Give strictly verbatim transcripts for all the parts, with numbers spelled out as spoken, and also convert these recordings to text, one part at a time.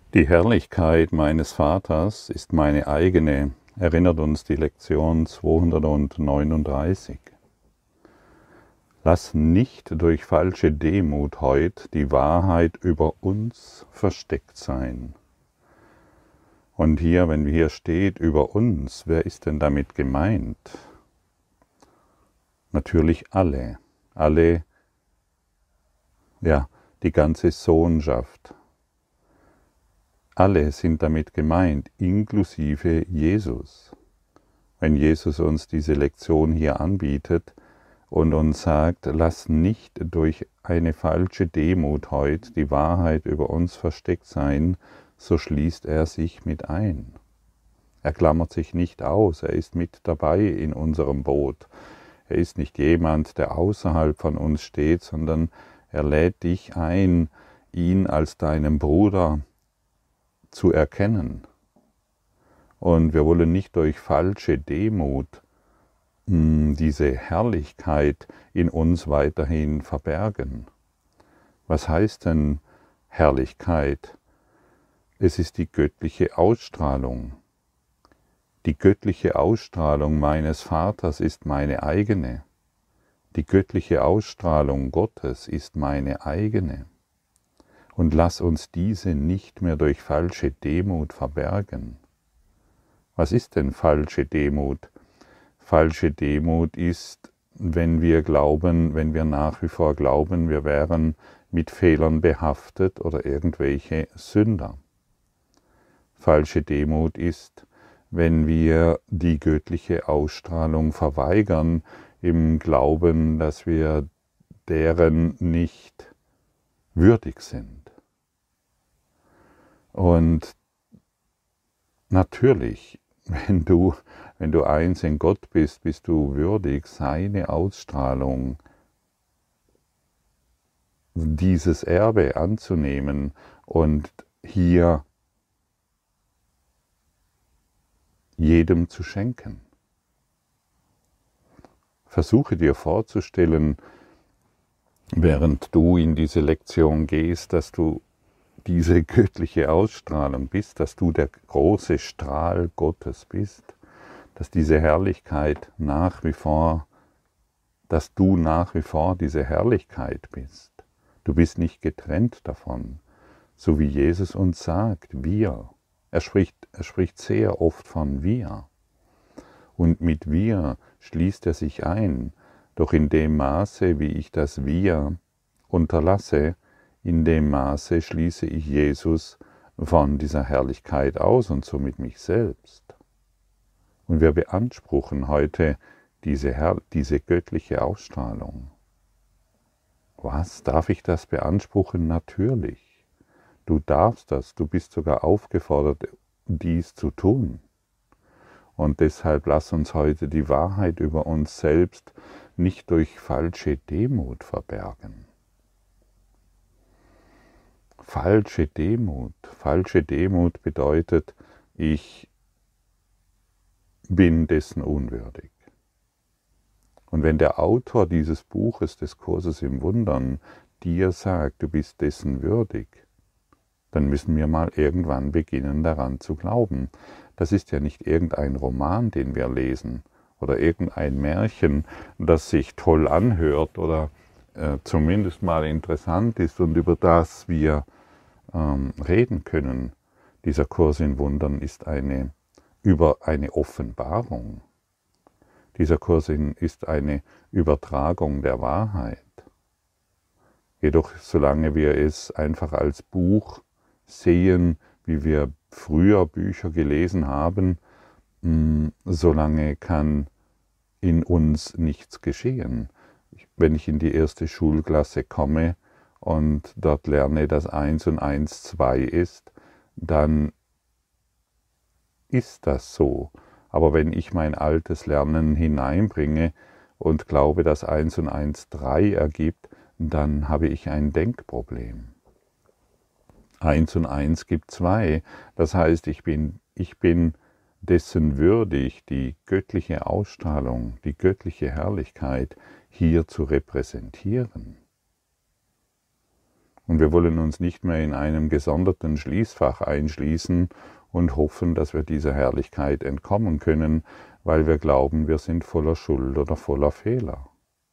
Die Herrlichkeit meines Vaters ist meine eigene, erinnert uns die Lektion zweihundertneununddreißig. Lass nicht durch falsche Demut heut die Wahrheit über uns versteckt sein. Und hier, wenn hier steht über uns, wer ist denn damit gemeint? Natürlich alle, alle, ja, die ganze Sohnschaft. Alle sind damit gemeint, inklusive Jesus. Wenn Jesus uns diese Lektion hier anbietet und uns sagt, lass nicht durch eine falsche Demut heut die Wahrheit über uns versteckt sein, so schließt er sich mit ein. Er klammert sich nicht aus, er ist mit dabei in unserem Boot. Er ist nicht jemand, der außerhalb von uns steht, sondern er lädt dich ein, ihn als deinen Bruder zu erkennen. Und wir wollen nicht durch falsche Demut mh, diese Herrlichkeit in uns weiterhin verbergen. Was heißt denn Herrlichkeit? Es ist die göttliche Ausstrahlung. Die göttliche Ausstrahlung meines Vaters ist meine eigene. Die göttliche Ausstrahlung Gottes ist meine eigene. Und lass uns diese nicht mehr durch falsche Demut verbergen. Was ist denn falsche Demut? Falsche Demut ist, wenn wir glauben, wenn wir nach wie vor glauben, wir wären mit Fehlern behaftet oder irgendwelche Sünder. Falsche Demut ist, wenn wir die göttliche Ausstrahlung verweigern, im Glauben, dass wir deren nicht würdig sind. Und natürlich, wenn du, wenn du eins in Gott bist, bist du würdig, seine Ausstrahlung, dieses Erbe anzunehmen und hier jedem zu schenken. Versuche dir vorzustellen, während du in diese Lektion gehst, dass du diese göttliche Ausstrahlung bist, dass du der große Strahl Gottes bist, dass diese Herrlichkeit nach wie vor, dass du nach wie vor diese Herrlichkeit bist. Du bist nicht getrennt davon, so wie Jesus uns sagt, wir. Er spricht, er spricht sehr oft von wir. Und mit wir schließt er sich ein, doch in dem Maße, wie ich das wir unterlasse, in dem Maße schließe ich Jesus von dieser Herrlichkeit aus und somit mich selbst. Und wir beanspruchen heute diese, Herr, diese göttliche Ausstrahlung. Was? Darf ich das beanspruchen? Natürlich. Du darfst das, du bist sogar aufgefordert, dies zu tun. Und deshalb lass uns heute die Wahrheit über uns selbst nicht durch falsche Demut verbergen. Falsche Demut. Falsche Demut bedeutet, ich bin dessen unwürdig. Und wenn der Autor dieses Buches, des Kurses im Wundern, dir sagt, du bist dessen würdig, dann müssen wir mal irgendwann beginnen, daran zu glauben. Das ist ja nicht irgendein Roman, den wir lesen, oder irgendein Märchen, das sich toll anhört oder äh, zumindest mal interessant ist und über das wir ähm, reden können. Dieser Kurs in Wundern ist eine, über eine Offenbarung. Dieser Kurs in, ist eine Übertragung der Wahrheit. Jedoch solange wir es einfach als Buch sehen, wie wir früher Bücher gelesen haben, mh, solange kann in uns nichts geschehen. Wenn ich in die erste Schulklasse komme und dort lerne, dass eins und eins zwei ist, dann ist das so. Aber wenn ich mein altes Lernen hineinbringe und glaube, dass eins und eins drei ergibt, dann habe ich ein Denkproblem. eins und eins gibt zwei. Das heißt, ich bin, ich bin dessen würdig, die göttliche Ausstrahlung, die göttliche Herrlichkeit hier zu repräsentieren. Und wir wollen uns nicht mehr in einem gesonderten Schließfach einschließen und hoffen, dass wir dieser Herrlichkeit entkommen können, weil wir glauben, wir sind voller Schuld oder voller Fehler.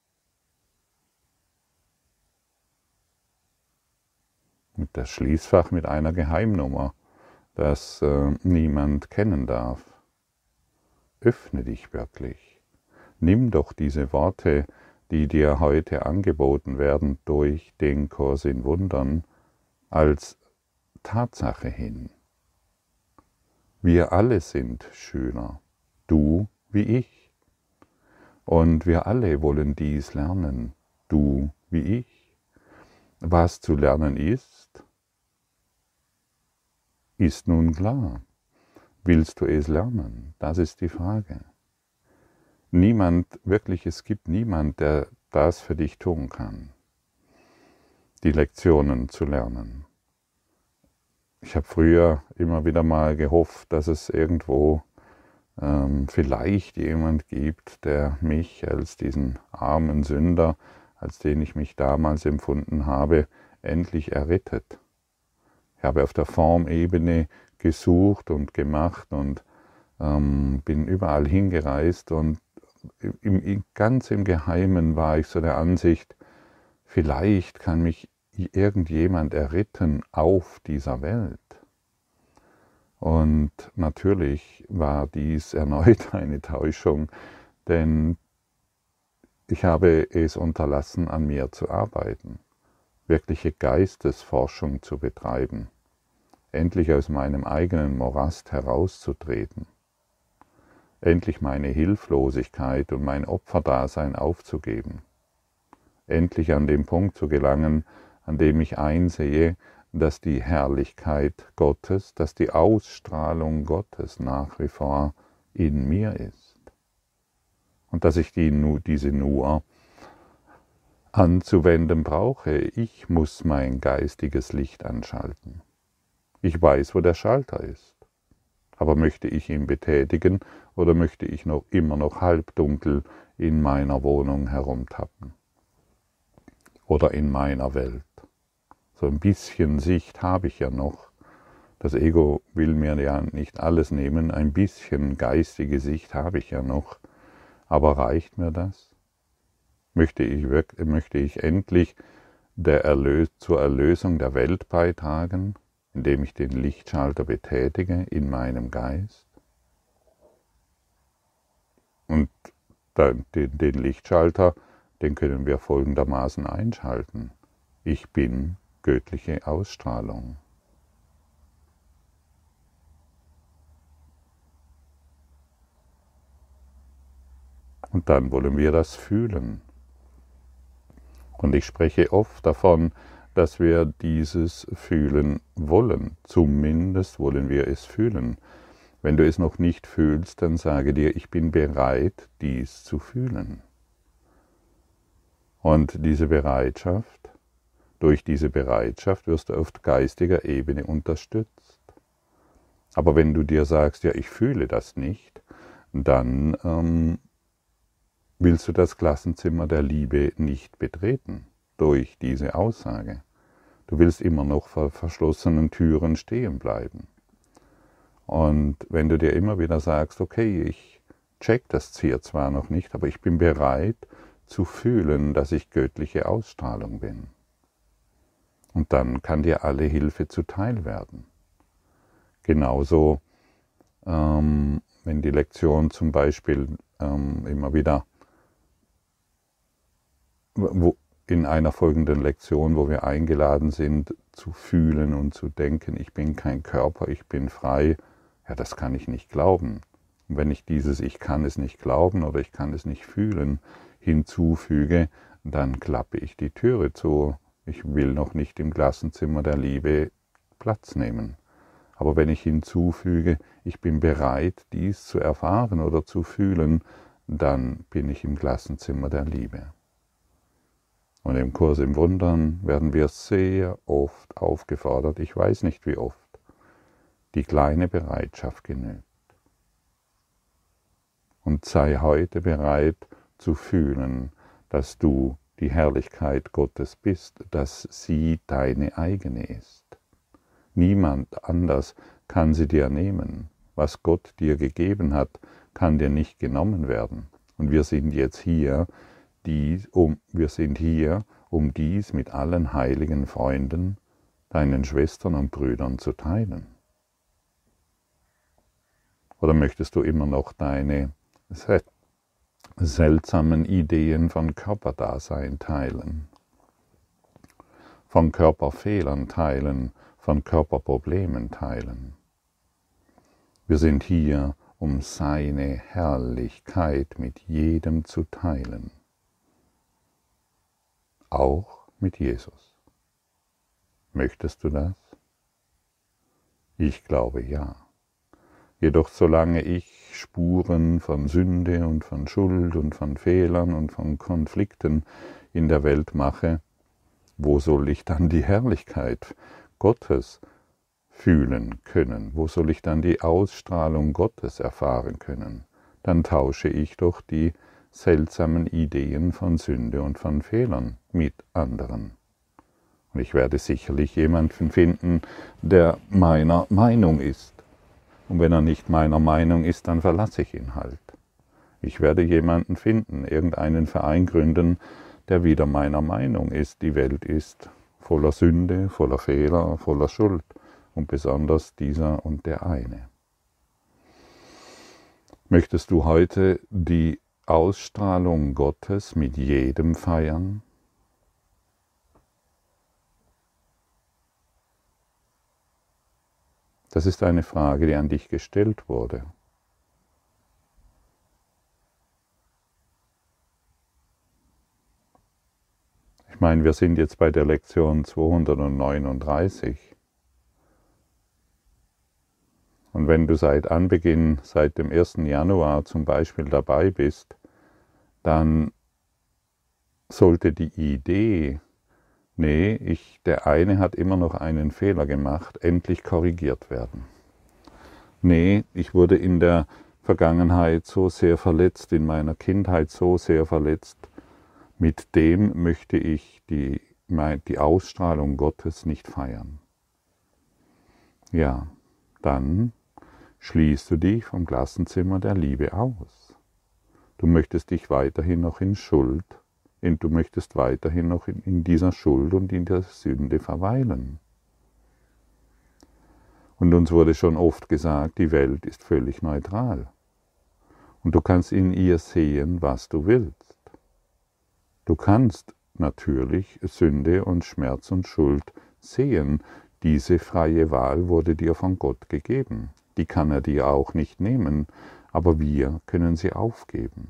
Mit das Schließfach mit einer Geheimnummer, das äh, niemand kennen darf. Öffne dich wirklich. Nimm doch diese Worte, die dir heute angeboten werden durch den Kurs in Wundern, als Tatsache hin. Wir alle sind Schüler, du wie ich. Und wir alle wollen dies lernen, du wie ich. Was zu lernen ist, ist nun klar. Willst du es lernen? Das ist die Frage. Niemand, wirklich, es gibt niemand, der das für dich tun kann, die Lektionen zu lernen. Ich habe früher immer wieder mal gehofft, dass es irgendwo ähm, vielleicht jemand gibt, der mich als diesen armen Sünder, als den ich mich damals empfunden habe, endlich errettet. Ich habe auf der Formebene gesucht und gemacht und ähm, bin überall hingereist und im, im, ganz im Geheimen war ich so der Ansicht, vielleicht kann mich irgendjemand erretten auf dieser Welt. Und natürlich war dies erneut eine Täuschung, denn ich habe es unterlassen, an mir zu arbeiten, wirkliche Geistesforschung zu betreiben, endlich aus meinem eigenen Morast herauszutreten, endlich meine Hilflosigkeit und mein Opferdasein aufzugeben, endlich an den Punkt zu gelangen, an dem ich einsehe, dass die Herrlichkeit Gottes, dass die Ausstrahlung Gottes nach wie vor in mir ist und dass ich die, diese nur anzuwenden brauche. Ich muss mein geistiges Licht anschalten. Ich weiß, wo der Schalter ist, aber möchte ich ihn betätigen oder möchte ich noch immer noch halbdunkel in meiner Wohnung herumtappen oder in meiner Welt? So ein bisschen Sicht habe ich ja noch. Das Ego will mir ja nicht alles nehmen. Ein bisschen geistige Sicht habe ich ja noch. Aber reicht mir das? Möchte ich, wirklich, möchte ich endlich der Erlös, zur Erlösung der Welt beitragen, indem ich den Lichtschalter betätige in meinem Geist? Und den, den Lichtschalter, den können wir folgendermaßen einschalten. Ich bin göttliche Ausstrahlung. Und dann wollen wir das fühlen. Und ich spreche oft davon, dass wir dieses fühlen wollen. Zumindest wollen wir es fühlen. Wenn du es noch nicht fühlst, dann sage dir, ich bin bereit, dies zu fühlen. Und diese Bereitschaft, durch diese Bereitschaft wirst du auf geistiger Ebene unterstützt. Aber wenn du dir sagst, ja, ich fühle das nicht, dann ähm, willst du das Klassenzimmer der Liebe nicht betreten durch diese Aussage. Du willst immer noch vor verschlossenen Türen stehen bleiben. Und wenn du dir immer wieder sagst, okay, ich check das hier zwar noch nicht, aber ich bin bereit zu fühlen, dass ich göttliche Ausstrahlung bin. Und dann kann dir alle Hilfe zuteil werden. Genauso, ähm, wenn die Lektion zum Beispiel ähm, immer wieder, wo, in einer folgenden Lektion, wo wir eingeladen sind, zu fühlen und zu denken, ich bin kein Körper, ich bin frei, ja, das kann ich nicht glauben. Und wenn ich dieses Ich kann es nicht glauben oder ich kann es nicht fühlen hinzufüge, dann klappe ich die Türe zu. Ich will noch nicht im Klassenzimmer der Liebe Platz nehmen. Aber wenn ich hinzufüge, ich bin bereit, dies zu erfahren oder zu fühlen, dann bin ich im Klassenzimmer der Liebe. Und im Kurs im Wundern werden wir sehr oft aufgefordert, ich weiß nicht wie oft, die kleine Bereitschaft genügt. Und sei heute bereit zu fühlen, dass du die Herrlichkeit Gottes bist, dass sie deine eigene ist. Niemand anders kann sie dir nehmen. Was Gott dir gegeben hat, kann dir nicht genommen werden. Und wir sind jetzt hier, dies, um, wir sind hier, um dies mit allen heiligen Freunden, deinen Schwestern und Brüdern zu teilen. Oder möchtest du immer noch deine seltsamen Ideen von Körperdasein teilen, von Körperfehlern teilen, von Körperproblemen teilen? Wir sind hier, um seine Herrlichkeit mit jedem zu teilen, auch mit Jesus. Möchtest du das? Ich glaube ja. Jedoch solange ich Spuren von Sünde und von Schuld und von Fehlern und von Konflikten in der Welt mache, wo soll ich dann die Herrlichkeit Gottes fühlen können? Wo soll ich dann die Ausstrahlung Gottes erfahren können? Dann tausche ich doch die seltsamen Ideen von Sünde und von Fehlern mit anderen. Und ich werde sicherlich jemanden finden, der meiner Meinung ist. Und wenn er nicht meiner Meinung ist, dann verlasse ich ihn halt. Ich werde jemanden finden, irgendeinen Verein gründen, der wieder meiner Meinung ist. Die Welt ist voller Sünde, voller Fehler, voller Schuld und besonders dieser und der eine. Möchtest du heute die Ausstrahlung Gottes mit jedem feiern? Das ist eine Frage, die an dich gestellt wurde. Ich meine, wir sind jetzt bei der Lektion zweihundertneununddreißig. Und wenn du seit Anbeginn, seit dem ersten Januar zum Beispiel dabei bist, dann sollte die Idee, nee, ich, der eine hat immer noch einen Fehler gemacht, endlich korrigiert werden. Nee, ich wurde in der Vergangenheit so sehr verletzt, in meiner Kindheit so sehr verletzt, mit dem möchte ich die, die Ausstrahlung Gottes nicht feiern. Ja, dann schließt du dich vom Klassenzimmer der Liebe aus. Du möchtest dich weiterhin noch in Schuld, du möchtest weiterhin noch in, in dieser Schuld und in der Sünde verweilen. Und uns wurde schon oft gesagt, die Welt ist völlig neutral. Und du kannst in ihr sehen, was du willst. Du kannst natürlich Sünde und Schmerz und Schuld sehen. Diese freie Wahl wurde dir von Gott gegeben. Die kann er dir auch nicht nehmen, aber wir können sie aufgeben.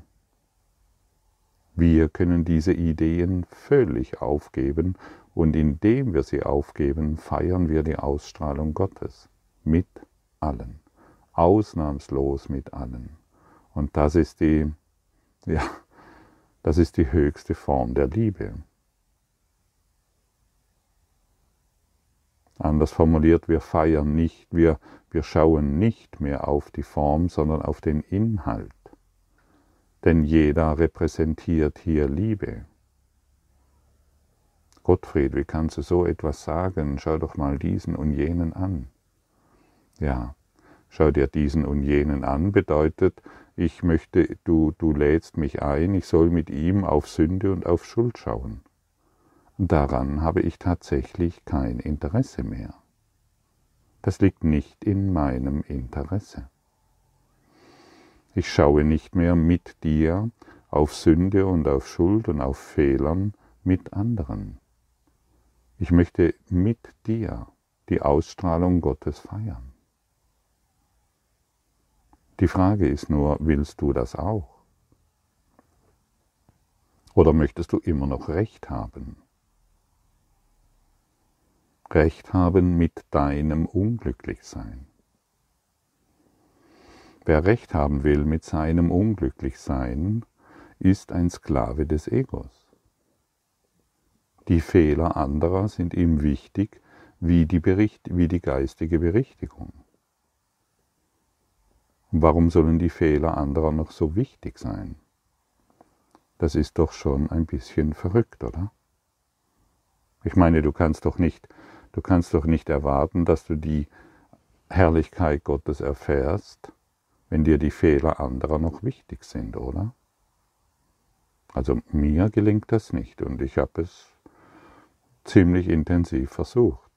Wir können diese Ideen völlig aufgeben und indem wir sie aufgeben, feiern wir die Ausstrahlung Gottes mit allen, ausnahmslos mit allen. Und das ist die, ja, das ist die höchste Form der Liebe. Anders formuliert, wir feiern nicht, wir, wir schauen nicht mehr auf die Form, sondern auf den Inhalt. Denn jeder repräsentiert hier Liebe. Gottfried, wie kannst du so etwas sagen? Schau doch mal diesen und jenen an. Ja, schau dir diesen und jenen an, bedeutet, ich möchte, du, du lädst mich ein, ich soll mit ihm auf Sünde und auf Schuld schauen. Und daran habe ich tatsächlich kein Interesse mehr. Das liegt nicht in meinem Interesse. Ich schaue nicht mehr mit dir auf Sünde und auf Schuld und auf Fehlern mit anderen. Ich möchte mit dir die Ausstrahlung Gottes feiern. Die Frage ist nur, willst du das auch? Oder möchtest du immer noch Recht haben? Recht haben mit deinem Unglücklichsein. Wer Recht haben will mit seinem Unglücklichsein, ist ein Sklave des Egos. Die Fehler anderer sind ihm wichtig wie die, Bericht, wie die geistige Berichtigung. Warum sollen die Fehler anderer noch so wichtig sein? Das ist doch schon ein bisschen verrückt, oder? Ich meine, du kannst doch nicht, du kannst doch nicht erwarten, dass du die Herrlichkeit Gottes erfährst, wenn dir die Fehler anderer noch wichtig sind, oder? Also mir gelingt das nicht und ich habe es ziemlich intensiv versucht.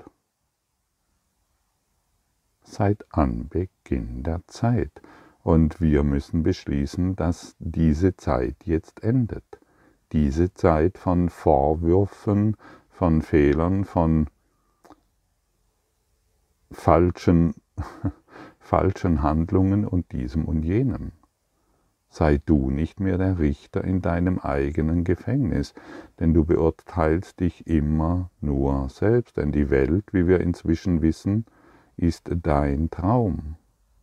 Seit Anbeginn der Zeit. Und wir müssen beschließen, dass diese Zeit jetzt endet. Diese Zeit von Vorwürfen, von Fehlern, von falschen, falschen Handlungen und diesem und jenem. Sei du nicht mehr der Richter in deinem eigenen Gefängnis, denn du beurteilst dich immer nur selbst, denn die Welt, wie wir inzwischen wissen, ist dein Traum.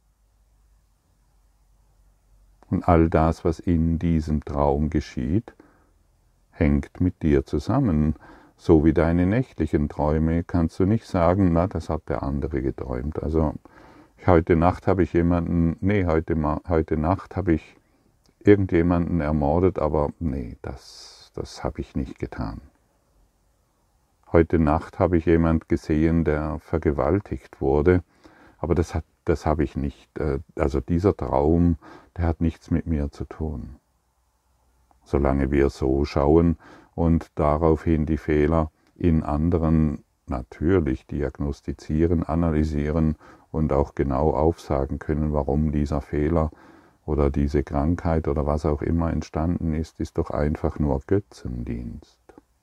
Und all das, was in diesem Traum geschieht, hängt mit dir zusammen. So wie deine nächtlichen Träume kannst du nicht sagen, na, das hat der andere geträumt. Also heute Nacht habe ich jemanden, nee, heute, heute Nacht habe ich irgendjemanden ermordet, aber nee, das, das habe ich nicht getan. Heute Nacht habe ich jemanden gesehen, der vergewaltigt wurde, aber das, hat, das habe ich nicht. Also dieser Traum, der hat nichts mit mir zu tun. Solange wir so schauen und daraufhin die Fehler in anderen natürlich diagnostizieren, analysieren und auch genau aufsagen können, warum dieser Fehler oder diese Krankheit oder was auch immer entstanden ist, ist doch einfach nur Götzendienst.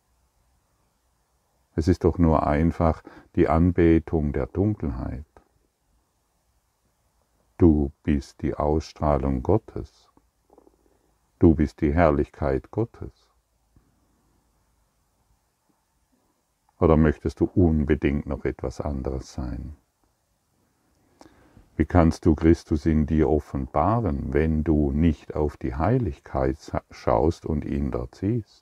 Es ist doch nur einfach die Anbetung der Dunkelheit. Du bist die Ausstrahlung Gottes. Du bist die Herrlichkeit Gottes. Oder möchtest du unbedingt noch etwas anderes sein? Wie kannst du Christus in dir offenbaren, wenn du nicht auf die Heiligkeit schaust und ihn dort siehst?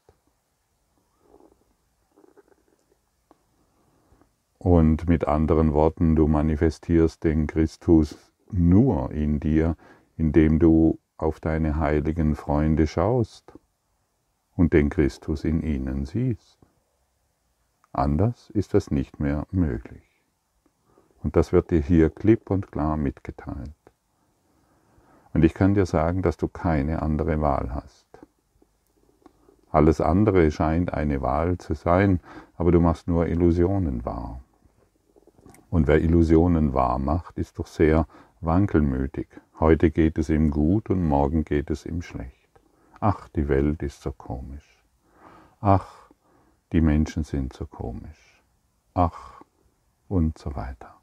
Und mit anderen Worten, du manifestierst den Christus nur in dir, indem du auf deine heiligen Freunde schaust und den Christus in ihnen siehst. Anders ist das nicht mehr möglich. Und das wird dir hier klipp und klar mitgeteilt. Und ich kann dir sagen, dass du keine andere Wahl hast. Alles andere scheint eine Wahl zu sein, aber du machst nur Illusionen wahr. Und wer Illusionen wahr macht, ist doch sehr wankelmütig. Heute geht es ihm gut und morgen geht es ihm schlecht. Ach, die Welt ist so komisch. Ach, die Menschen sind so komisch. Ach, und so weiter.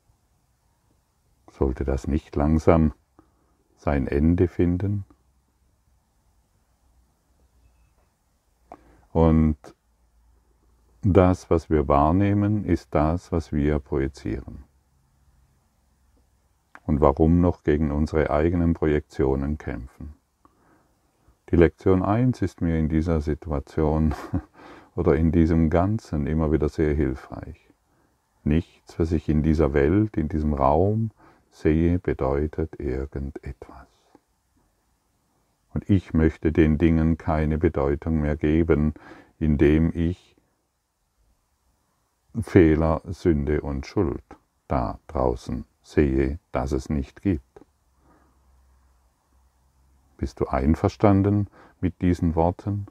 Sollte das nicht langsam sein Ende finden? Und das, was wir wahrnehmen, ist das, was wir projizieren. Und warum noch gegen unsere eigenen Projektionen kämpfen? Die Lektion eins ist mir in dieser Situation oder in diesem Ganzen immer wieder sehr hilfreich. Nichts, was ich in dieser Welt, in diesem Raum sehe, bedeutet irgendetwas. Und ich möchte den Dingen keine Bedeutung mehr geben, indem ich Fehler, Sünde und Schuld da draußen sehe, dass es nicht gibt. Bist du einverstanden mit diesen Worten?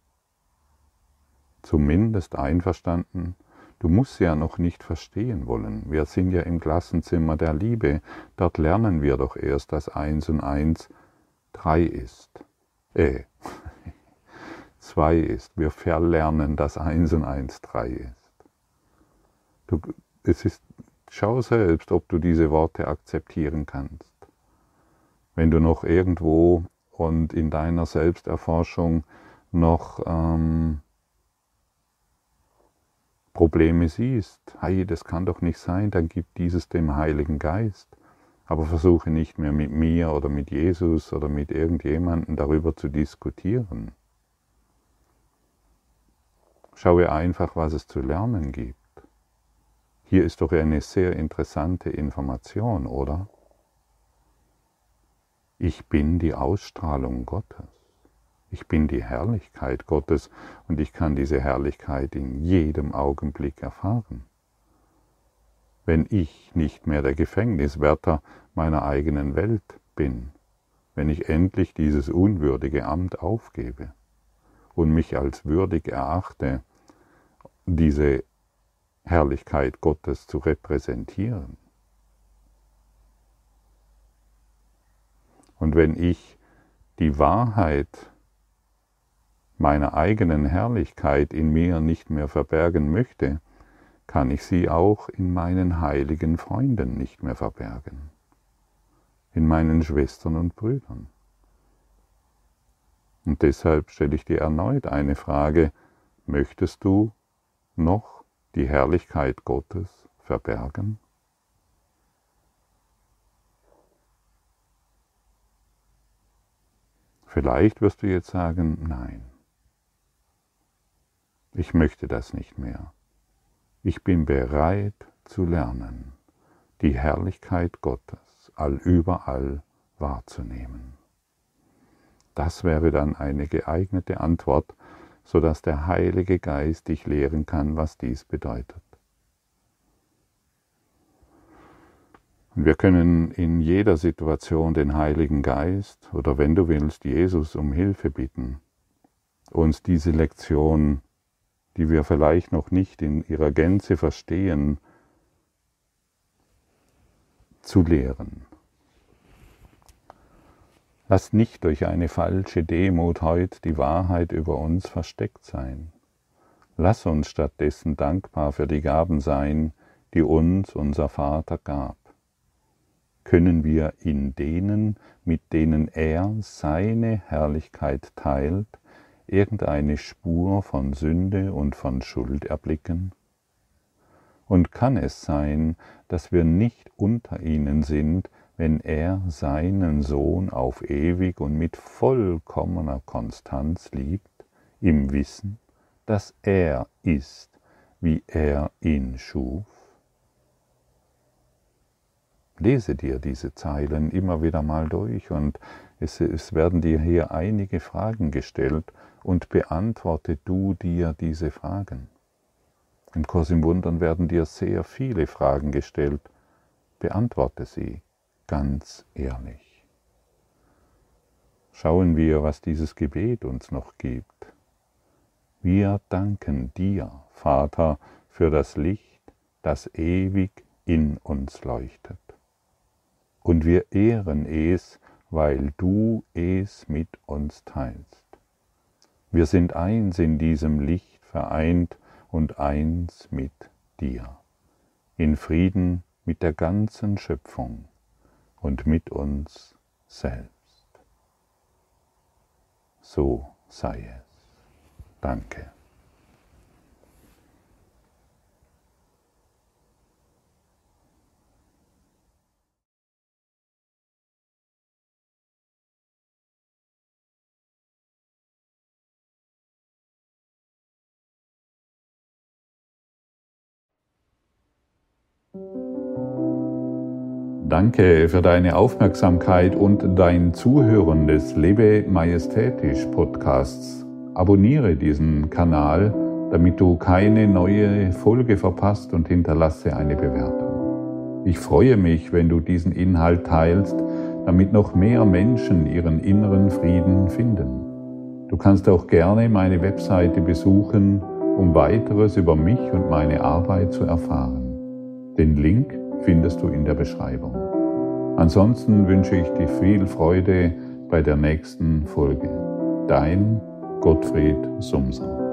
Zumindest einverstanden? Du musst ja noch nicht verstehen wollen. Wir sind ja im Klassenzimmer der Liebe. Dort lernen wir doch erst, dass eins und eins drei ist. Äh, zwei ist. Wir verlernen, dass eins und eins drei ist. Du, es ist, schau selbst, ob du diese Worte akzeptieren kannst. Wenn du noch irgendwo und in deiner Selbsterforschung noch ähm, Probleme siehst, hey, das kann doch nicht sein, dann gib dieses dem Heiligen Geist. Aber versuche nicht mehr mit mir oder mit Jesus oder mit irgendjemandem darüber zu diskutieren. Schaue einfach, was es zu lernen gibt. Hier ist doch eine sehr interessante Information, oder? Ich bin die Ausstrahlung Gottes. Ich bin die Herrlichkeit Gottes und ich kann diese Herrlichkeit in jedem Augenblick erfahren. Wenn ich nicht mehr der Gefängniswärter meiner eigenen Welt bin, wenn ich endlich dieses unwürdige Amt aufgebe und mich als würdig erachte, diese Herrlichkeit Gottes zu repräsentieren. Und wenn ich die Wahrheit meiner eigenen Herrlichkeit in mir nicht mehr verbergen möchte, kann ich sie auch in meinen heiligen Freunden nicht mehr verbergen, in meinen Schwestern und Brüdern. Und deshalb stelle ich dir erneut eine Frage: Möchtest du noch die Herrlichkeit Gottes verbergen? Vielleicht wirst du jetzt sagen, nein, ich möchte das nicht mehr. Ich bin bereit zu lernen, die Herrlichkeit Gottes allüberall wahrzunehmen. Das wäre dann eine geeignete Antwort, sodass der Heilige Geist dich lehren kann, was dies bedeutet. Und wir können in jeder Situation den Heiligen Geist oder, wenn du willst, Jesus um Hilfe bitten, uns diese Lektion, die wir vielleicht noch nicht in ihrer Gänze verstehen, zu lehren. Lass nicht durch eine falsche Demut heute die Wahrheit über uns versteckt sein. Lass uns stattdessen dankbar für die Gaben sein, die uns unser Vater gab. Können wir in denen, mit denen er seine Herrlichkeit teilt, irgendeine Spur von Sünde und von Schuld erblicken? Und kann es sein, dass wir nicht unter ihnen sind, wenn er seinen Sohn auf ewig und mit vollkommener Konstanz liebt, im Wissen, dass er ist, wie er ihn schuf? Lese dir diese Zeilen immer wieder mal durch und es, es werden dir hier einige Fragen gestellt und beantworte du dir diese Fragen. Im Kurs im Wundern werden dir sehr viele Fragen gestellt. Beantworte sie ganz ehrlich. Schauen wir, was dieses Gebet uns noch gibt. Wir danken dir, Vater, für das Licht, das ewig in uns leuchtet. Und wir ehren es, weil du es mit uns teilst. Wir sind eins in diesem Licht vereint und eins mit dir, in Frieden mit der ganzen Schöpfung und mit uns selbst. So sei es. Danke. Danke für deine Aufmerksamkeit und dein Zuhören des Lebe Majestätisch Podcasts. Abonniere diesen Kanal, damit du keine neue Folge verpasst, und hinterlasse eine Bewertung. Ich freue mich, wenn du diesen Inhalt teilst, damit noch mehr Menschen ihren inneren Frieden finden. Du kannst auch gerne meine Webseite besuchen, um weiteres über mich und meine Arbeit zu erfahren. Den Link findest du in der Beschreibung. Ansonsten wünsche ich dir viel Freude bei der nächsten Folge. Dein Gottfried Sumser.